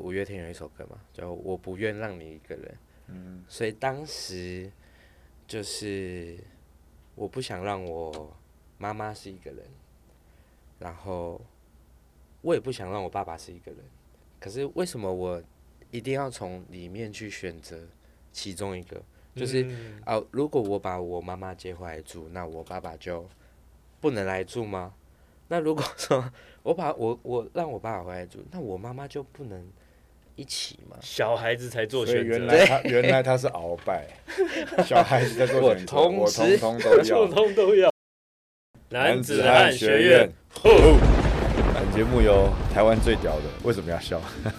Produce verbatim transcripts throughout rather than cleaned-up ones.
五月天有一首歌嘛，叫《我不愿让你一个人》。嗯，所以当时就是我不想让我妈妈是一个人，然后我也不想让我爸爸是一个人。可是为什么我一定要从里面去选择其中一个？就是、嗯啊、如果我把我妈妈接回来住，那我爸爸就不能来住吗？那如果说我把我我让我爸爸回来住，那我妈妈就不能一起吗？ 小孩子才做选择。 原来他原来他是鳌拜，小孩子在做选择，我通通都要， 通通都要。男子汉学院。 本节目由台湾最屌的为什么要笑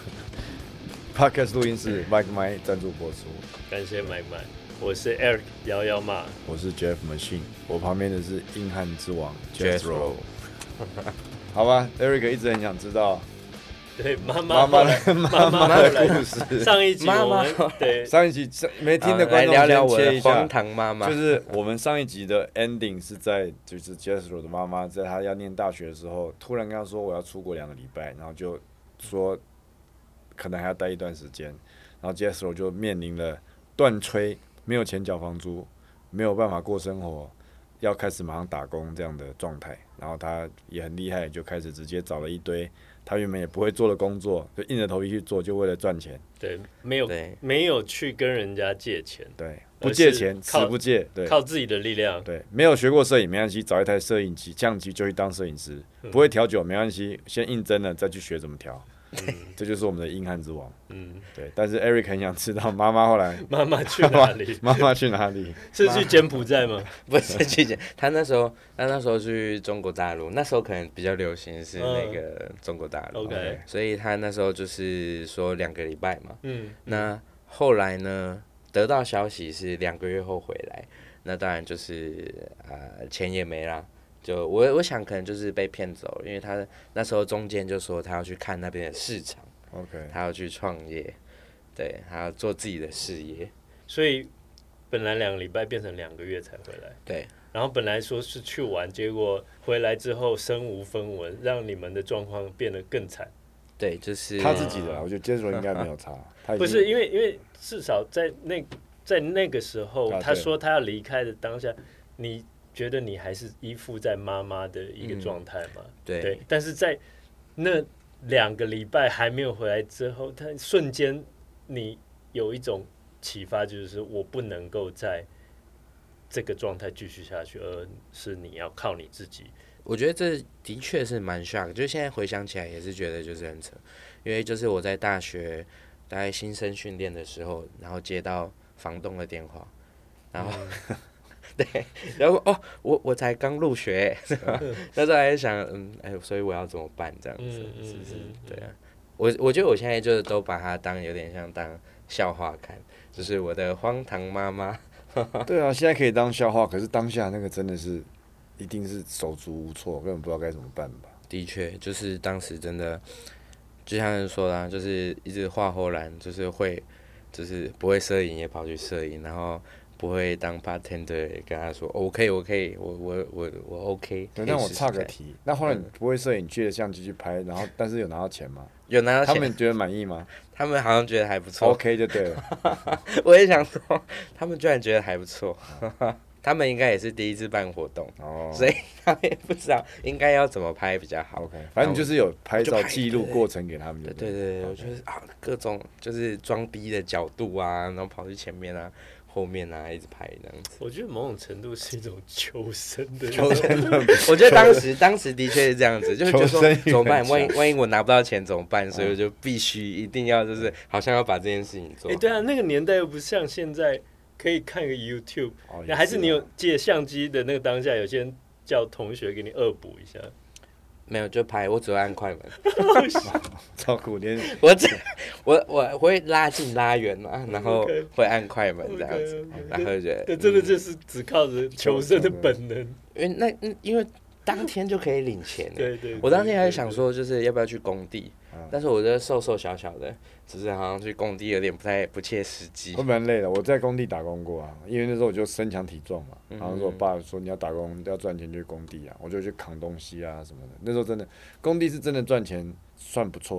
Podcast 录音室 Mike Mike 赞助播出， 感谢 Mike Mike。我是 Eric 摇摇马， 我是 Jeff Machine， 我旁边的是硬汉之王 Jethro。好吧 ，Eric 一直很想知道， 对妈妈妈妈妈妈的故事。 上一集我们对上一集没听的观众来聊聊先切一下， 荒唐妈妈。 就是我们上一集的 ending 是在就是 Jethro 的妈妈在他要念大学的时候，突然跟他说我要出国两个礼拜，然后就说可能还要待一段时间，然后 Jethro 就面临了断炊，没有钱缴房租，没有办法过生活，要开始马上打工这样的状态。然后他也很厉害，就开始直接找了一堆他原本也不会做的工作，就硬着头皮去做，就为了赚钱。 对，没有没有去跟人家借钱， 对，不借钱，死不借，对， 靠自己的力量。 对，没有学过摄影没关系，找一台摄影机、相机就去当摄影师。嗯、不会调酒没关系，先应征了再去学怎么调。嗯、这就是我们的硬汉之王。嗯，对。但是 Eric 很想知道妈妈后来妈妈去哪里？ 妈妈去哪里？ 是去柬埔寨吗？ 不是去柬，他那时候他那时候去中国大陆，那时候可能比较流行是那个中国大陆。 嗯、OK， 所以他那时候就是说两个礼拜嘛。嗯。那后来呢，得到消息是两个月后回来，那当然就是呃钱也没啦。就我我想可能就是被骗走，因为他那时候中间就说他要去看那边的市场 ，OK， 他要去创业，对，他要做自己的事业， 所以本来两个礼拜变成两个月才回来， 对， 然后本来说是去玩，结果回来之后身无分文，让你们的状况变得更惨。 对，就是他自己的，我觉得接触应该没有差， 不是因为因为至少在那在那个时候，啊、他说他要离开的当下，你。觉得你还是依附在妈妈的一个状态嘛、嗯？ 对。 对。但是在那两个礼拜还没有回来之后，他瞬间你有一种启发，就是我不能够在这个状态继续下去，而是你要靠你自己。 我觉得这的确是蛮 shock， 就现在回想起来也是觉得就是很扯，因为就是我在大学大概新生训练的时候，然后接到房东的电话，然后。嗯对，然后哦，我我才刚入学，那时候还在想，嗯，哎，所以我要怎么办这样子，嗯、是不是？对啊，我我觉得我现在就是都把它当有点像当笑话看，就是我的荒唐妈妈。 对啊，现在可以当笑话，可是当下那个真的是一定是手足无措，根本不知道该怎么办吧？ 的确，就是当时真的，就像人说的、啊，就是一直画后栏，就是会，就是不会摄影也跑去摄影，然后。不会当 bartender 跟他说、哦、我可以我可以我我我我 OK。 对，那我岔个题，那后来你不会摄影，借着相机去拍，然后但是有拿到钱吗？ 有拿到钱。 他们觉得满意吗？ 他们好像觉得还不错。 OK 就对了。 我也想说，他们居然觉得还不错。他们应该也是第一次办活动，哦、所以他们也不知道应该要怎么拍比较好。 OK， 反正就是有拍照记录过程给他们。 对对对， okay. 我觉得啊，各种就是装逼的角度啊，然后跑去前面啊。后面啊，一直拍这样子。 我觉得某种程度是一种求生的。 求生的。我觉得当时当时的确是这样子，就是觉得说怎么办？万一万一我拿不到钱怎么办？所以我就必须一定要就是好像要把这件事情做。 哎、欸，对啊，那个年代又不像现在可以看个 YouTube，、哦、还是你有借相机的那个当下，有些人叫同学给你恶补一下。 没有就拍，我只会按快门。 超苦练。 我只我我会拉近拉远嘛，然后会按快门这样子， okay, okay, 然后就觉得真的就是只靠着求生的本能。 因为那因为当天就可以领钱。 对 对, 对, 对。 我当天还想说，就是要不要去工地，但是我觉得瘦瘦小小的，只是好像去工地有点不太不切实际。 我蛮累的，我在工地打工过啊，因为那时候我就身强体壮嘛，然后说我爸说你要打工要赚钱就去工地啊，我就去扛东西啊什么的。那时候真的工地是真的赚钱算不错啦，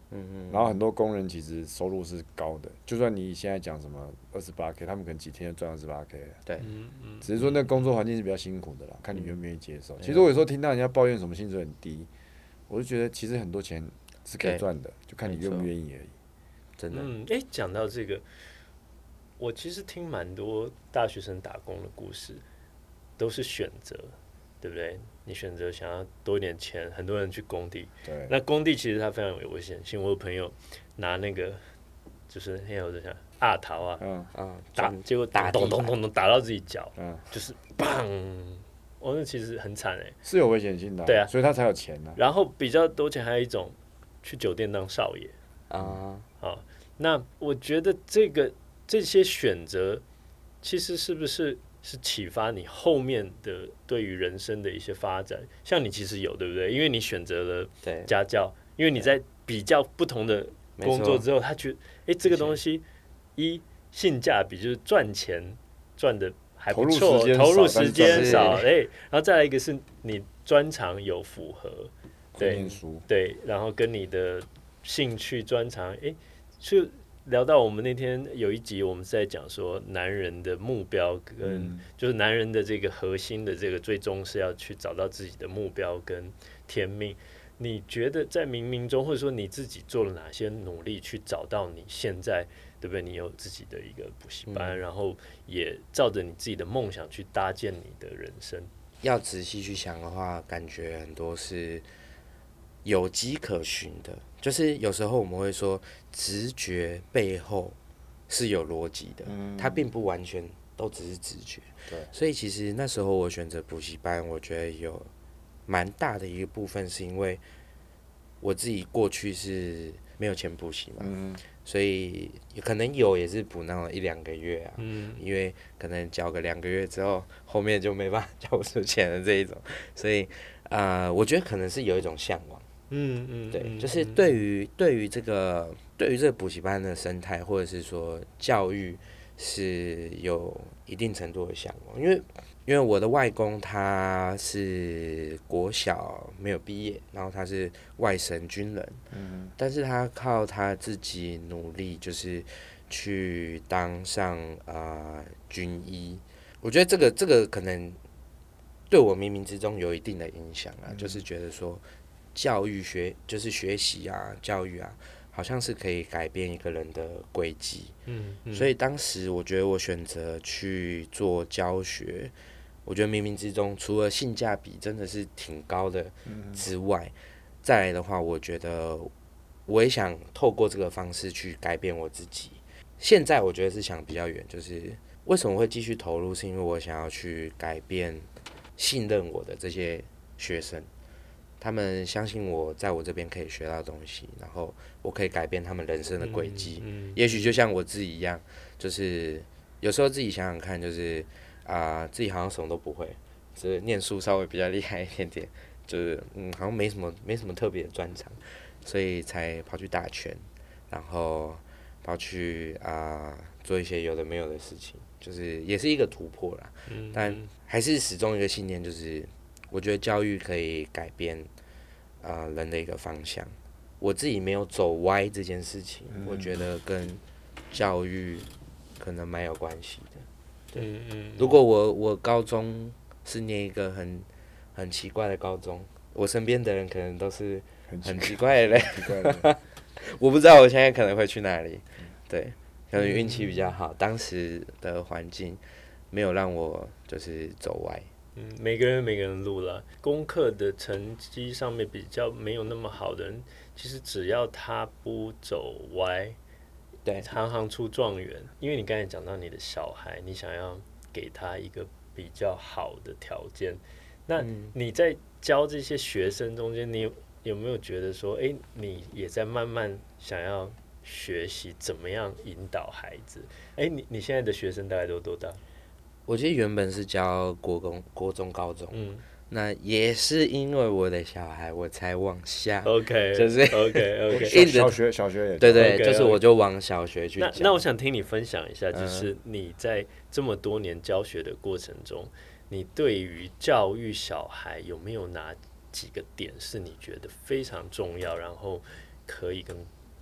嗯嗯， 然后很多工人其实收入是高的，就算你现在讲什么二十八 K，他们可能几天就赚二十八 K 了。 对， 嗯嗯， 只是说那工作环境是比较辛苦的啦，看你愿不愿意接受。其实我有时候听到人家抱怨什么薪水很低，我就觉得其实很多钱是可以赚的，就看你愿不愿意而已。 真的。 嗯，哎，讲到这个，我其实听蛮多大学生打工的故事，都是选择，对不对？你选择想要多一点钱，很多人去工地。 对。 那工地其实它非常有危险性。我有朋友拿那个，就是现在我在想阿桃啊， 嗯啊， 打，结果打咚咚咚咚打到自己脚， 嗯， 就是砰，哦，那其实很惨哎。 是有危险性的、啊， 对啊， 所以他才有钱呢、啊。 然后比较多钱还有一种，去酒店当少爷啊。 啊。那我觉得这个这些选择，其实是不是是启发你后面的对于人生的一些发展？像你其实有对不对？因为你选择了家教，因为你在比较不同的工作之后，他觉得哎这个东西一性价比就是赚钱赚的还不错，投入时间少，哎，然后再来一个是你专长有符合，对对，然后跟你的兴趣专长，哎。就聊到我们那天有一集，我们是在讲说男人的目标跟就是男人的这个核心的这个最终是要去找到自己的目标跟天命。你觉得在冥冥中，或者说你自己做了哪些努力去找到你现在，对不对？你有自己的一个补习班，嗯、然后也照着你自己的梦想去搭建你的人生。 要仔细去想的话，感觉很多是有迹可循的。就是有时候我们会说，直觉背后是有逻辑的，嗯、它并不完全都只是直觉。 对， 所以其实那时候我选择补习班，我觉得有蛮大的一个部分是因为我自己过去是没有钱补习嘛，嗯、所以可能有也是补那种一两个月啊，嗯、因为可能教个两个月之后，后面就没办法交不出钱的这一种，所以呃，我觉得可能是有一种向往。嗯嗯，对，就是对于对于这个对于这个补习班的生态，或者是说教育，是有一定程度的向往。因为因为我的外公他是国小没有毕业，然后他是外省军人，嗯，但是他靠他自己努力，就是去当上呃军医。我觉得这个这个可能对我冥冥之中有一定的影响啊，嗯、就是觉得说。教育学就是学习啊，教育啊，好像是可以改变一个人的轨迹。嗯嗯、所以当时我觉得我选择去做教学，我觉得冥冥之中除了性价比真的是挺高的之外，嗯、再来的话，我觉得我也想透过这个方式去改变我自己。现在我觉得是想比较远，就是为什么会继续投入，是因为我想要去改变信任我的这些学生。他们相信我，在我这边可以学到东西，然后我可以改变他们人生的轨迹。嗯嗯、也许就像我自己一样，就是有时候自己想想看，就是啊、呃，自己好像什么都不会，只是念书稍微比较厉害一点点，就是嗯，好像没什么没什么特别的专长，所以才跑去打拳，然后跑去啊、呃、做一些有的没有的事情，就是也是一个突破啦。嗯嗯、但还是始终一个信念，就是。我觉得教育可以改变呃人的一个方向。我自己没有走歪这件事情，嗯、我觉得跟教育可能蛮有关系的。对，嗯嗯、如果我我高中是念一个很很奇怪的高中，我身边的人可能都是很奇怪的人，我不知道我现在可能会去哪里。对，可能运气比较好，当时的环境没有让我就是走歪。 嗯，每个人每个人路了，功课的成绩上面比较没有那么好的人，其实只要他不走歪， 对， 行行出状元。因为你刚才讲到你的小孩，你想要给他一个比较好的条件，那你在教这些学生中间，你有有没有觉得说，哎，你也在慢慢想要学习怎么样引导孩子？哎，你你现在的学生大概都多大？ 我其实原本是教国中、国中、高中，嗯、那也是因为我的小孩，我才往下。 OK， 就是 OK OK， 小学小学也对对， okay, 就是我就往小学去讲。 那那我想听你分享一下，就是你在这么多年教学的过程中，嗯、你对于教育小孩有没有哪几个点是你觉得非常重要，然后可以跟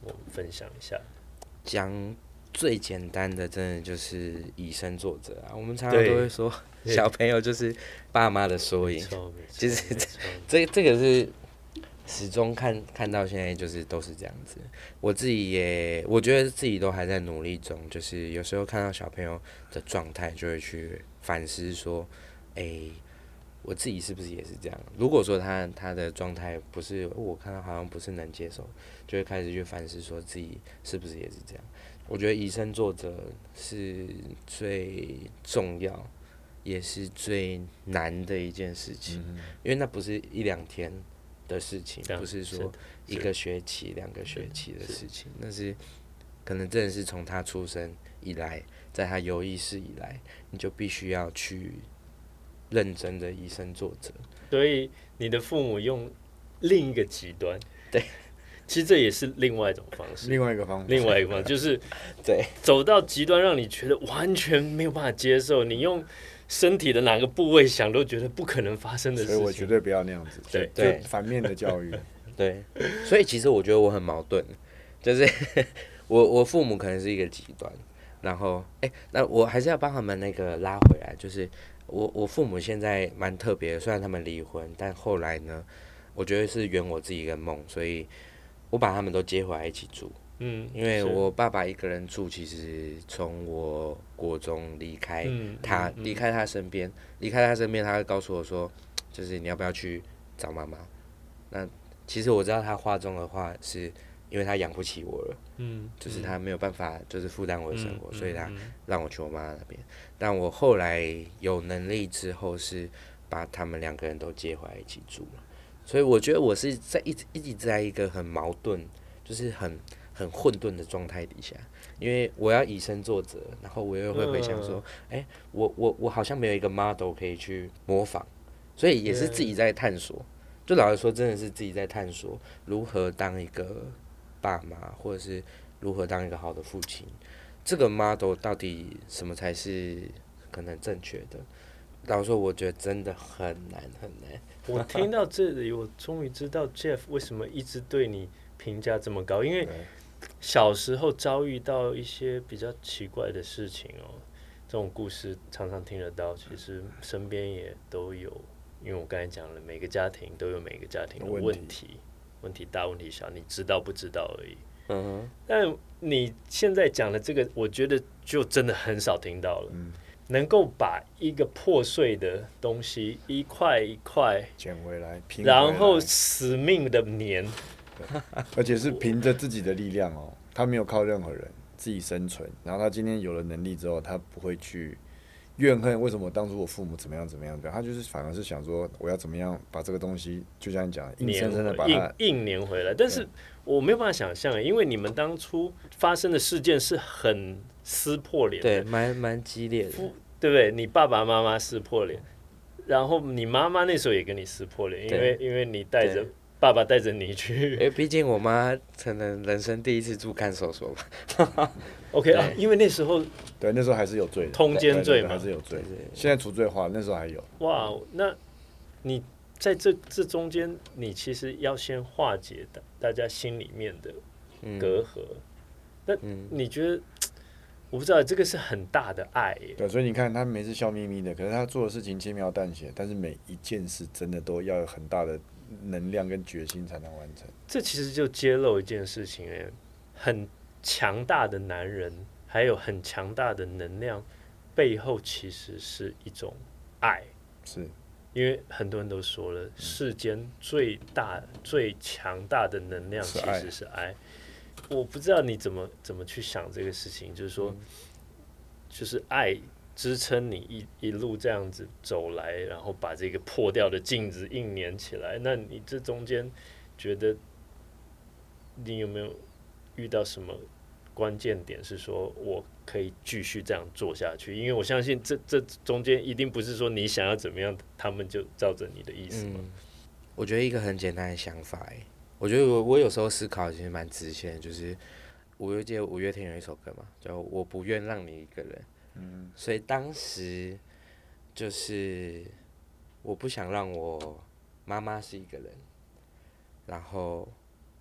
我们分享一下？ 讲最简单的，真的就是以身作则啊。我们常常都会说，小朋友就是爸妈的缩影。其实这这个是始终看看到现在，就是都是这样子。我自己也，我觉得自己都还在努力中。就是有时候看到小朋友的状态，就会去反思说，哎、欸。我自己是不是也是这样？如果说他他的状态不是我看到好像不是能接受，就会开始去反思说自己是不是也是这样。我觉得以身作则是最重要，也是最难的一件事情，嗯、因为那不是一两天的事情，不是说一个学期、两个学期的事情，那是可能真的是从他出生以来，在他有意识以来，你就必须要去。认真的以身作则， 所以你的父母用另一个极端， 对， 其实这也是另外一种方式， 另外一个方式， 另外一个方式就是对走到极端，让你觉得完全没有办法接受，你用身体的哪个部位想都觉得不可能发生的事情， 所以我绝对不要那样子， 对对， 反面的教育， 对，所以其实我觉得我很矛盾，就是我我父母可能是一个极端，然后哎、欸，那我还是要帮他们那个拉回来，就是。我我父母现在蛮特别的，虽然他们离婚，但后来呢，我觉得是圆我自己一个梦，所以我把他们都接回来一起住。嗯，因为我爸爸一个人住，其实从我国中离开他，离、嗯嗯、开他身边，离开他身边，他会告诉我说，就是你要不要去找妈妈？那其实我知道他话中的话是。因为他养不起我了，嗯，就是他没有办法，就是负担我的生活，嗯、所以他让我去我妈妈那边。但我后来有能力之后，是把他们两个人都接回来一起住了。所以我觉得我是在一直一直在一个很矛盾，就是很很混沌的状态底下，因为我要以身作则，然后我又会回想说，哎、欸，我我我好像没有一个 model 可以去模仿，所以也是自己在探索。就老实说，真的是自己在探索如何当一个。爸妈，或者是如何当一个好的父亲，这个 model 到底什么才是可能正确的？老实说，我觉得真的很难很难。 我听到这里，我终于知道 Jeff 为什么一直对你评价这么高，因为小时候遭遇到一些比较奇怪的事情哦，这种故事常常听得到，其实身边也都有。因为我刚才讲了，每个家庭都有每个家庭的问题。问题大，问题小，你知道不知道而已。嗯哼。但你现在讲的这个，我觉得就真的很少听到了。嗯。能够把一个破碎的东西一块一块捡回来，拼回来，然后死命的粘， 而且是凭着自己的力量哦，他没有靠任何人，自己生存。然后他今天有了能力之后，他不会去。怨恨为什么当初我父母怎么样怎么样的，他就是反而是想说我要怎么样把这个东西，就像你讲，硬生生的把它硬粘回来。但是我没有办法想象，因为你们当初发生的事件是很撕破脸的， 对，蛮蛮激烈的， 对不对？你爸爸妈妈撕破脸，然后你妈妈那时候也跟你撕破脸，因为因为你带着爸爸带着你去， 因为毕竟我妈可能人生第一次住看守所吧。 OK 啊，因为那时候对那时候还是有罪的， 通奸罪嘛， 还是有罪。现在除罪化，那时候还有。 哇，那你在这这中间，你其实要先化解大家心里面的隔阂。嗯、那你觉得？我不知道，这个是很大的爱耶。 对，所以你看他每次笑眯眯的，可是他做的事情轻描淡写，但是每一件事真的都要有很大的能量跟决心才能完成。 这其实就揭露一件事情哎，很强大的男人，还有很强大的能量，背后其实是一种爱。 是， 因为很多人都说了，世间最大、最强大的能量其实是爱。我不知道你怎么怎么去想这个事情，就是说，嗯、就是爱支撑你一一路这样子走来，然后把这个破掉的镜子硬粘起来。那你这中间觉得你有没有遇到什么关键点，是说我可以继续这样做下去？因为我相信这这中间一定不是说你想要怎么样，他们就照着你的意思嘛。嗯、 我觉得一个很简单的想法，哎。我觉得我我有时候思考其实蛮直线，就是五月节五月天有一首歌嘛，叫《我不愿让你一个人》，嗯，所以当时就是我不想让我妈妈是一个人，然后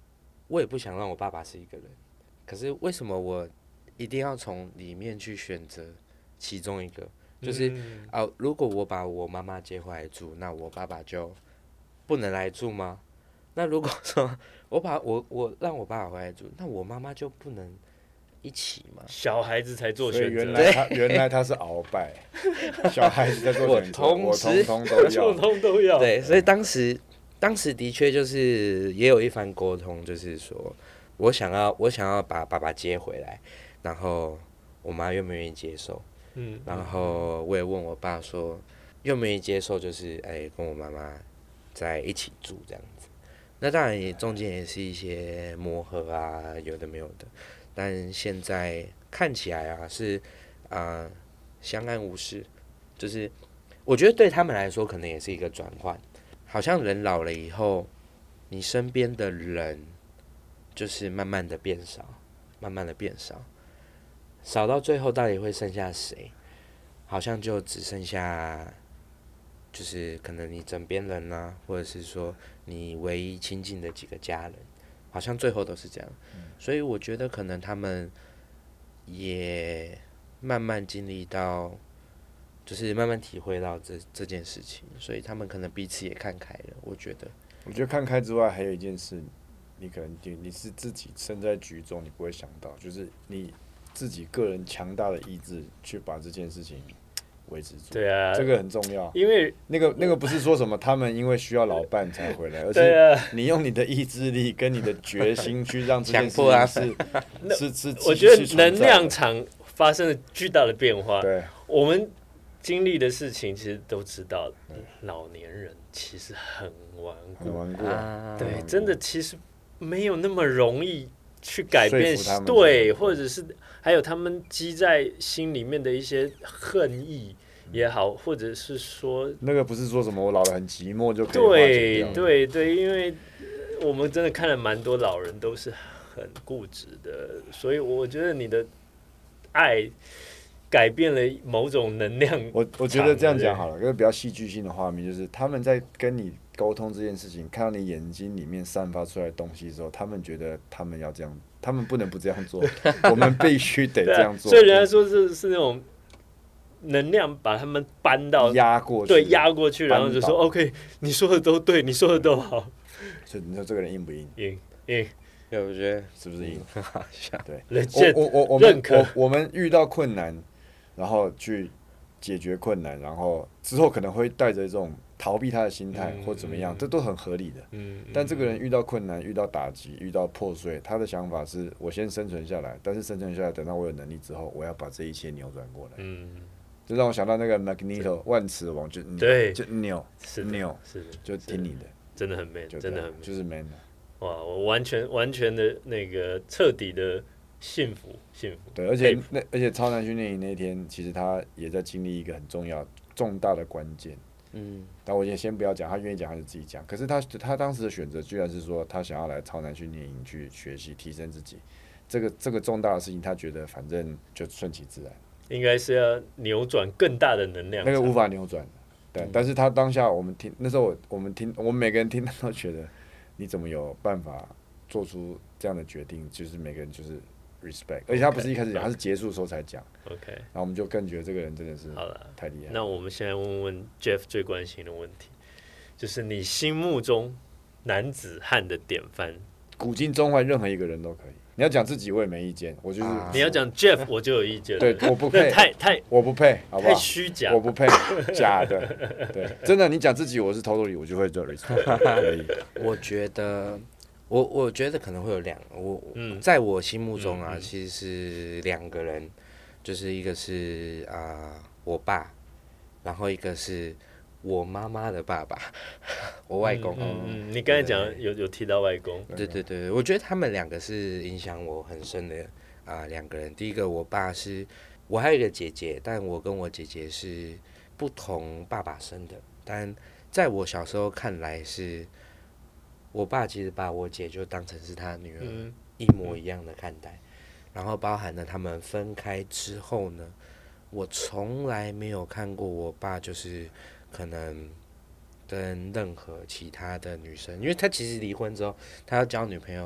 我也不想让我爸爸是一个人。可是为什么我一定要从里面去选择其中一个？就是嗯啊、如果我把我妈妈接回来住，那我爸爸就不能来住吗？那如果说我把我我让我爸爸回来住，那我妈妈就不能一起吗？ 小孩子才做所以选择， 原来他原来他是鳌拜，小孩子在做选择， 我我同时通通都要通。通都要。 对，所以当时当时的确就是也有一番沟通，就是说我想要我想要把爸爸接回来，然后我妈愿不愿意接受？ 嗯， 然后我也问我爸说愿不愿意接受，就是哎、跟我妈妈在一起住这样子。那当然也中间也是一些磨合啊，有的没有的，但现在看起来啊是啊、呃相安无事，就是我觉得对他们来说可能也是一个转换，好像人老了以后，你身边的人就是慢慢的变少，慢慢的变少，少到最后到底会剩下谁？好像就只剩下，就是可能你枕边人啊，或者是说你唯一亲近的几个家人，好像最后都是这样。所以我觉得可能他们也慢慢经历到，就是慢慢体会到这这件事情，所以他们可能彼此也看开了。我觉得， 我觉得看开之外，还有一件事，你可能你你是自己身在局中，你不会想到，就是你自己个人强大的意志去把这件事情维持住。 对啊， 这个很重要。 因为那个那个不是说什么他们因为需要老伴才回来，而对啊是你用你的意志力跟你的决心去让这件事强迫他情是是是， 我觉得是存在的能量场发生了巨大的变化。 对， 我们经历的事情其实都知道，老年人其实很顽固， 很顽固。 啊， 对，真的其实没有那么容易去改变说服他，们对，或者是还有他们积在心里面的一些恨意也好，或者是说， 那个不是说什么我老了很寂寞就可以化解对掉的。 对对，因为我们真的看了蛮多老人都是很固执的，所以我觉得你的爱改变了某种能量。 我我觉得这样讲好了，一个比较戏剧性的画面就是他们在跟你沟通这件事情，看到你眼睛里面散发出来的东西之后，他们觉得他们要这样，他们不能不这样做，我们必须得这样做。 所以人家说这是那种能量把他们搬到压过去， 对压过去，然后就说扳倒 OK， 你说的都对，你说的都好， 所以你说这个人硬不硬？ 赢赢， 对，我觉得是不是硬？ 很好笑。 对， 人家我我我我们认可我我们遇到困难，然后去解决困难，然后之后可能会带着这种逃避他的心态、 嗯或怎么样， 嗯这都很合理的。 嗯， 但这个人遇到困难、遇到打击、遇到破碎，他的想法是我先生存下来，但是生存下来，等到我有能力之后，我要把这一切扭转过来。 嗯， 这让我想到那个 Magneto 万磁王，就对就扭是的扭， 是的， 就听你的， 真的很 man， 就真的很 man， 就是 man。 哇，我完全完全的那个彻底的幸福幸福， 对，而且佩服那而且超男训练营那一天，其实他也在经历一个很重要、重大的关键。 嗯， 但我也先不要讲，他愿意讲他就自己讲。可是他他当时的选择居然是说，他想要来超男训练营去学习提升自己。这个这个重大的事情，他觉得反正就顺其自然， 应该是要扭转更大的能量场， 那个无法扭转的。对， 嗯但是他当下我们听那时候我我们听我们每个人听到都觉得，你怎么有办法做出这样的决定？就是每个人就是 respect，而且他不是一开始讲，他是结束的时候才讲。 OK， 然后我们就更觉得这个人真的是好了。 太厉害了。 那我们现在问问 Jeff 最关心的问题，就是你心目中男子汉的典范。 古今中外任何一个人都可以。你要讲自己我也没意见，我就是、 啊你要讲 Jeff， 我就有意见了。 对，我不那配， 太太我不配，好不太好？ 虚假我。不配，假的。对，真的，你讲自己我是 totally，我就会做 respect，可以。 我觉得，我我觉得可能会有两，我、 嗯在我心目中啊， 嗯嗯其实是两个人，就是一个是啊、呃我爸，然后一个是我妈妈的爸爸，我外公。 嗯嗯，你刚才讲有有提到外公， 对对对，我觉得他们两个是影响我很深的啊两、个人。第一个，我爸是，我还有一个姐姐，但我跟我姐姐是不同爸爸生的，但在我小时候看来是，我爸其实把我姐就当成是他女儿， 嗯一模一样的看待。然后包含了他们分开之后呢，我从来没有看过我爸就是可能跟任何其他的女生，因为他其实离婚之后，他要交女朋友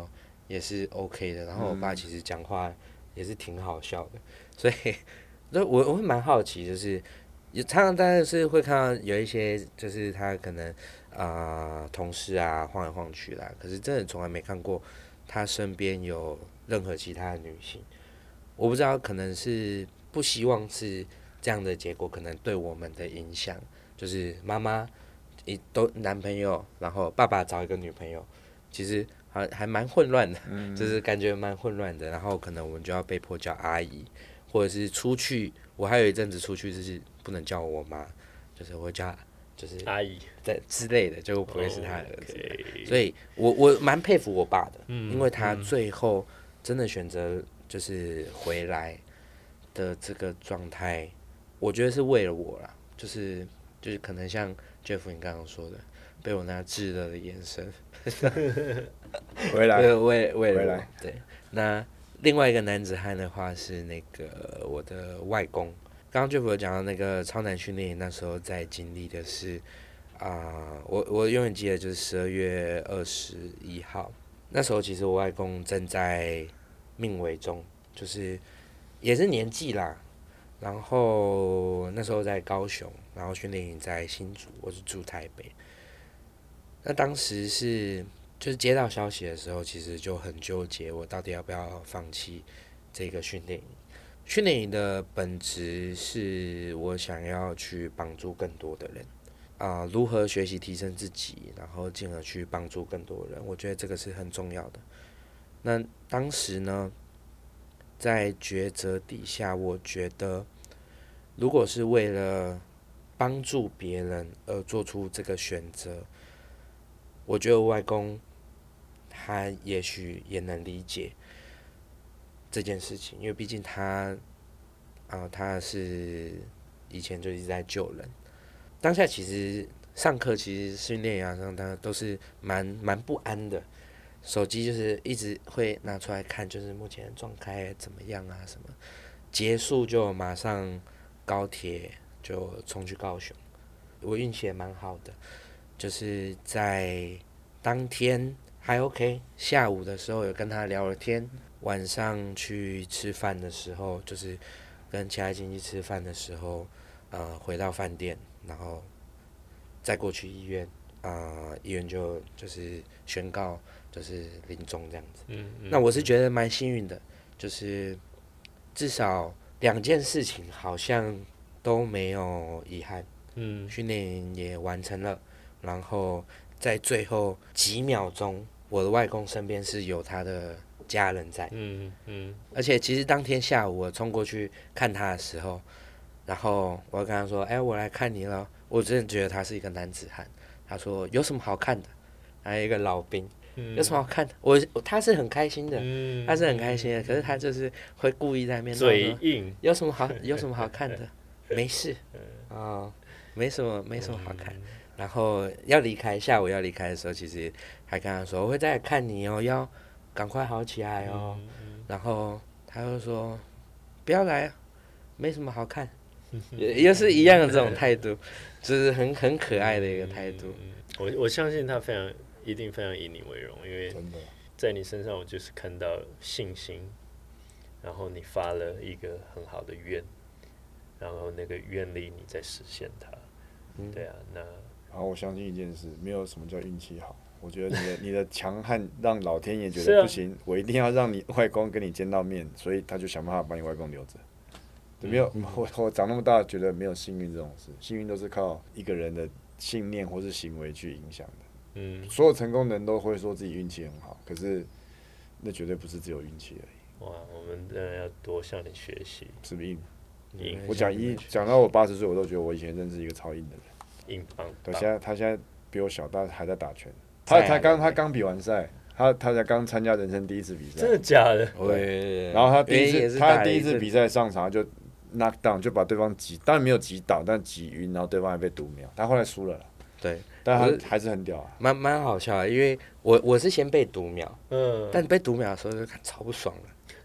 也是 OK 的，然后我爸其实讲话也是挺好笑的，所以我我会蛮好奇，就是常常大家是会看到有一些就是他可能啊、呃、同事啊晃来晃去啦，可是真的从来没看过他身边有任何其他的女性。我不知道，可能是不希望是这样的结果，可能对我们的影响就是妈妈一都男朋友，然后爸爸找一个女朋友，其实还还蛮混乱的，嗯、就是感觉蛮混乱的。然后可能我们就要被迫叫阿姨，或者是出去。我还有一阵子出去就是不能叫我妈，就是我会叫就是阿姨在之类的，就不会是他的儿子。 Okay. 所以我我蛮佩服我爸的， 嗯、 因为他最后真的选择就是回来的这个状态，我觉得是为了我啦，就是就是可能像 Jeff 你刚刚说的，被我那炙热的眼神回来， 对，为为了回来， 对。那另外一个男子汉的话是那个我的外公，刚刚 Jeff 有讲到那个超男训练营，那时候在经历的是啊、呃，我我永远记得就是十二月二十一号，那时候其实我外公正在命危中，就是也是年纪啦，然后那时候在高雄，然后训练营在新竹，我是住台北。那当时是就是接到消息的时候，其实就很纠结，我到底要不要放弃这个训练营？训练营的本质是我想要去帮助更多的人，啊、呃，如何学习提升自己，然后进而去帮助更多人，我觉得这个是很重要的。那当时呢，在抉择底下，我觉得如果是为了帮助别人而做出这个选择，我觉得我外公他也许也能理解这件事情，因为毕竟他啊、呃，他是以前就一直在救人。当下其实上课，其实训练营上他都是蛮蛮不安的，手机就是一直会拿出来看，就是目前的状态怎么样啊什么。结束就马上高铁就冲去高雄，我运气也蛮好的。就是在当天还 OK， 下午的时候有跟他聊了天，晚上去吃饭的时候，就是跟其他亲戚吃饭的时候，呃，回到饭店，然后再过去医院，呃，医院就就是宣告就是临终这样子。 嗯嗯、 那我是觉得蛮幸运的，就是至少两件事情好像都没有遗憾。 嗯， 训练营也完成了。然后在最后几秒钟，我的外公身边是有他的家人在， 嗯嗯， 而且其实当天下午我冲过去看他的时候，然后我跟他说：“哎、欸，我来看你了。”我真的觉得他是一个男子汉。他说：“有什么好看的？”还有一个老兵， 嗯、 有什么好看的？我他是很开心的， 嗯、 他是很开心的，可是他就是会故意在那边嘴硬， 有什么好有什么好看的？没事啊、哦，没什么没什么好看。 嗯， 然后要离开，下午要离开的时候，其实还跟他说我会再来看你哦，要赶快好起来哦。 嗯嗯、 然后他就说不要来啊，没什么好看，也又是一样的这种态度，就是很很可爱的一个态度。 嗯、我我相信他非常一定非常以你为荣，因为在你身上我就是看到信心，然后你发了一个很好的愿，然后那个愿力你在实现它。嗯、对啊，那。 然后我相信一件事，没有什么叫运气好。我觉得你的你的强悍让老天爷觉得不行，啊、我一定要让你外公跟你见到面，所以他就想办法把你外公留着。没有，我我长那么大觉得没有幸运这种事，幸运都是靠一个人的信念或是行为去影响的。 嗯， 所有成功人都会说自己运气很好，可是那绝对不是只有运气而已。 哇，我们真的要多向你学习。 是不是硬？ 硬。 我讲一讲到我八十岁，我都觉得我以前认识一个超硬的人。 硬棒， 对，现在他现在比我小，但还在打拳。他才刚他刚比完赛，他他才刚参加人生第一次比赛。 真的假的？ 对。然后他第一次他第一次比赛上场就 knock down， 就把对方击，当然没有击倒，但击晕，然后对方还被读秒。他后来输了啦。 对。 但他还是很屌啊。 蛮蛮好笑的，因为我我是先被读秒， 嗯， 但被读秒的时候就看超不爽了。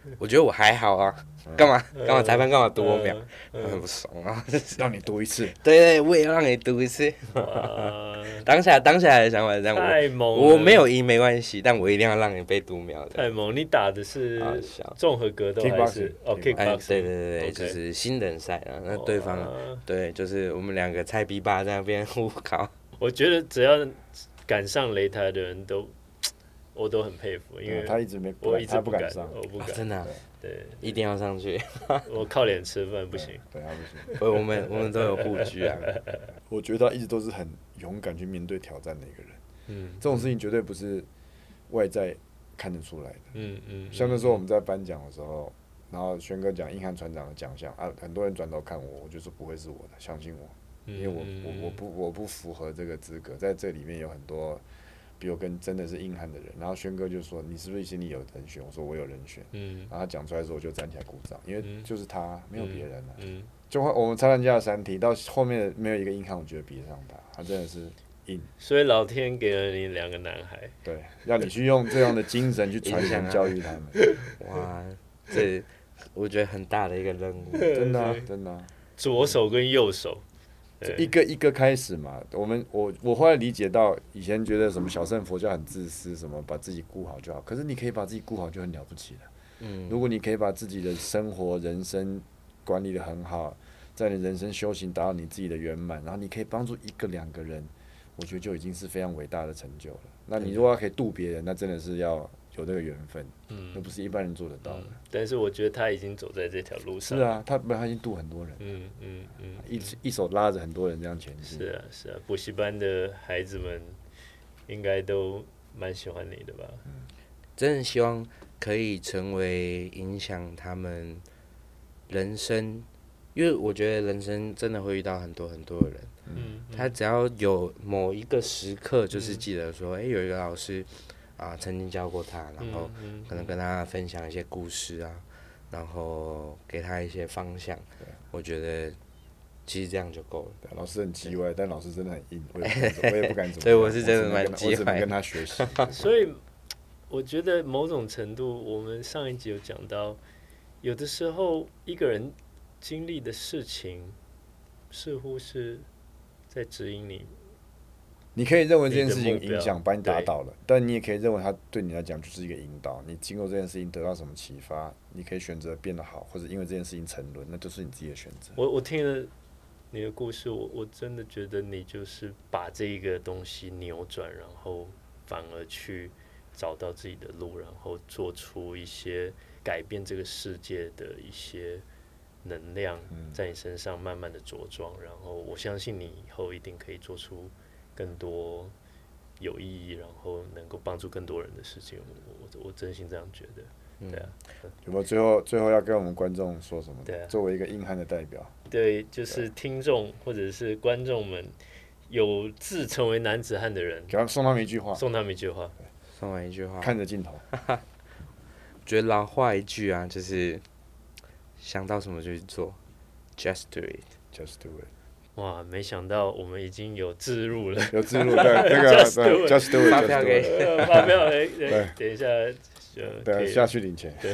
我觉得我还好啊，干嘛干嘛裁判干嘛读我秒，很不爽啊！ 让你读一次， 对对，我也让你读一次。当下当下的想法是这样， 太猛了， 我没有赢没关系，但我一定要让你被读秒的。 太猛！你打的是综合格斗还是哦 kickboxing？ 对对对对，就是新人赛啊。那对方对，就是我们两个菜逼吧在那边互考。 我觉得只要敢上擂台的人都。我都很佩服，因为他一直没， 我一直不敢上， 我不敢， 真的， 对， 一定要上去。 我靠脸吃饭不行， 对他不行。 不，我们我们都有护具啊。 我觉得他一直都是很勇敢去面对挑战的一个人。嗯，这种事情绝对不是外在看得出来的。嗯嗯。像那时候我们在颁奖的时候，然后轩哥讲硬汉船长的奖项啊，很多人转头看我，我就说不会是我的，相信我，因为我我我不我不符合这个资格，在这里面有很多。比我跟真的是硬汉的人，然后轩哥就说：“你是不是心里有人选？”我说：“我有人选。”嗯，然后他讲出来的时候，我就站起来鼓掌，因为就是他，没有别人了。嗯，就我们参加三题到后面没有一个硬汉，我觉得比得上他，他真的是硬。 所以老天给了你两个男孩， 对，让你去用这样的精神去传承教育他们。 哇，这我觉得很大的一个任务， 真的、啊、真的、啊。 左手跟右手。 一个一个开始嘛，我们我我后来理解到，以前觉得什么小乘佛教很自私，什么把自己顾好就好。可是你可以把自己顾好就很了不起了。嗯，如果你可以把自己的生活、人生管理得很好，在你人生修行达到你自己的圆满，然后你可以帮助一个两个人，我觉得就已经是非常伟大的成就了。那你如果要可以度别人，那真的是要有那个缘分，嗯，那不是一般人做得到的。嗯、 但是我觉得他已经走在这条路上。 是啊，他他已经度很多人。嗯嗯嗯，一一手拉着很多人这样前进。 是啊是啊，补习班的孩子们应该都蛮喜欢你的吧？嗯， 真的希望可以成为影响他们人生，因为我觉得人生真的会遇到很多很多的人。嗯，他只要有某一个时刻，就是记得说，哎、欸，有一个老师。啊，曾经教过他，然后可能跟他分享一些故事啊，然后给他一些方向。我觉得其实这样就够了。 老师很叽歪，但老师真的很硬，我也我也不敢怎么。 所以我是真的蛮叽歪， 我只能跟他学习。 所以我觉得某种程度，我们上一集有讲到，有的时候一个人经历的事情，似乎是在指引你。 你可以认为这件事情影响把你打倒了，但你也可以认为它对你来讲就是一个引导。你经过这件事情得到什么启发，你可以选择变得好，或者因为这件事情沉沦，那就是你自己的选择。 我我听了你的故事，我我真的觉得你就是把这一个东西扭转，然后反而去找到自己的路，然后做出一些改变这个世界的一些能量，在你身上慢慢的茁壮。然后我相信你以后一定可以做出。更多有意义，然后能够帮助更多人的事情，我我我真心这样觉得，对啊。 有没有最后最后要跟我们观众说什么？对啊。作为一个硬汉的代表。 对，就是听众或者是观众们，有志成为男子汉的人， 给他送他们一句话。 送他们一句话。 送完一句话。 看着镜头。 觉得老话一句啊，就是想到什么就去做 ，just do it，just do it。 哇，没想到我们已经有置入了， 有置入，对，那个 just do it， 发票给， 发票给，等一下， 对，下去领钱。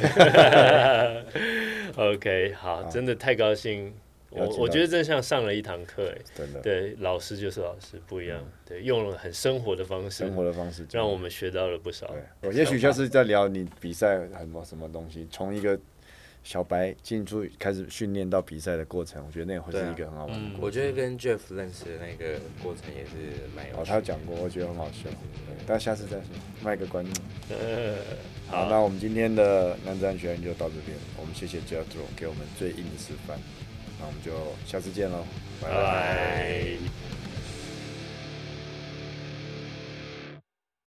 OK， 好，真的太高兴，我我觉得真像上了一堂课，哎，真的，对，老师就是老师，不一样，对，用了很生活的方式， 生活的方式， 让我们学到了不少。 对，也许下次再聊你比赛很什么东西，从一个。小白进出开始训练到比赛的过程，我觉得那会是一个很好玩的过程。 啊嗯、我觉得跟 Jeff 认识的那个过程也是蛮有趣的。 哦，他讲过，我觉得很好笑。对，但下次再说，卖个关子。好，那我们今天的男子汉学院就到这边，我们谢谢 Jeff 给我们最硬的示范，那我们就下次见喽， 拜拜。